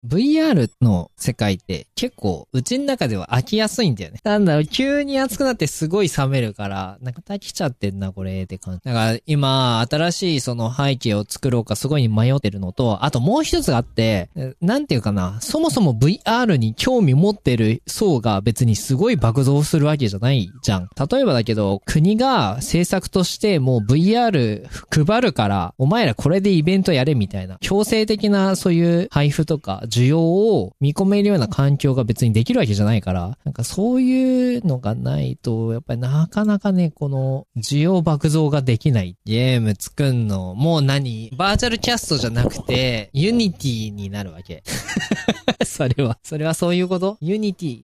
VR の世界って結構うちの中では飽きやすいんだよね。なんだろう、急に暑くなってすごい冷めるから、なんか飽きちゃってんな、これって感じ。だから今、新しいその背景を作ろうかすごい迷ってるのと、あともう一つがあって、なんていうかな、そもそも VR に興味持ってる層が別にすごい爆増するわけじゃないじゃん。例えばだけど、国が政策としてもう VR 配るから、お前らこれでイベントやれみたいな、強制的なそういう配布とか需要を見込めるような環境が別にできるわけじゃないから、なんかそういうのがないと、やっぱりなかなかね、この需要爆増ができないゲーム作んの、もうバーチャルキャストじゃなくて、ユニティになるわけ。それはそういうこと？ユニティ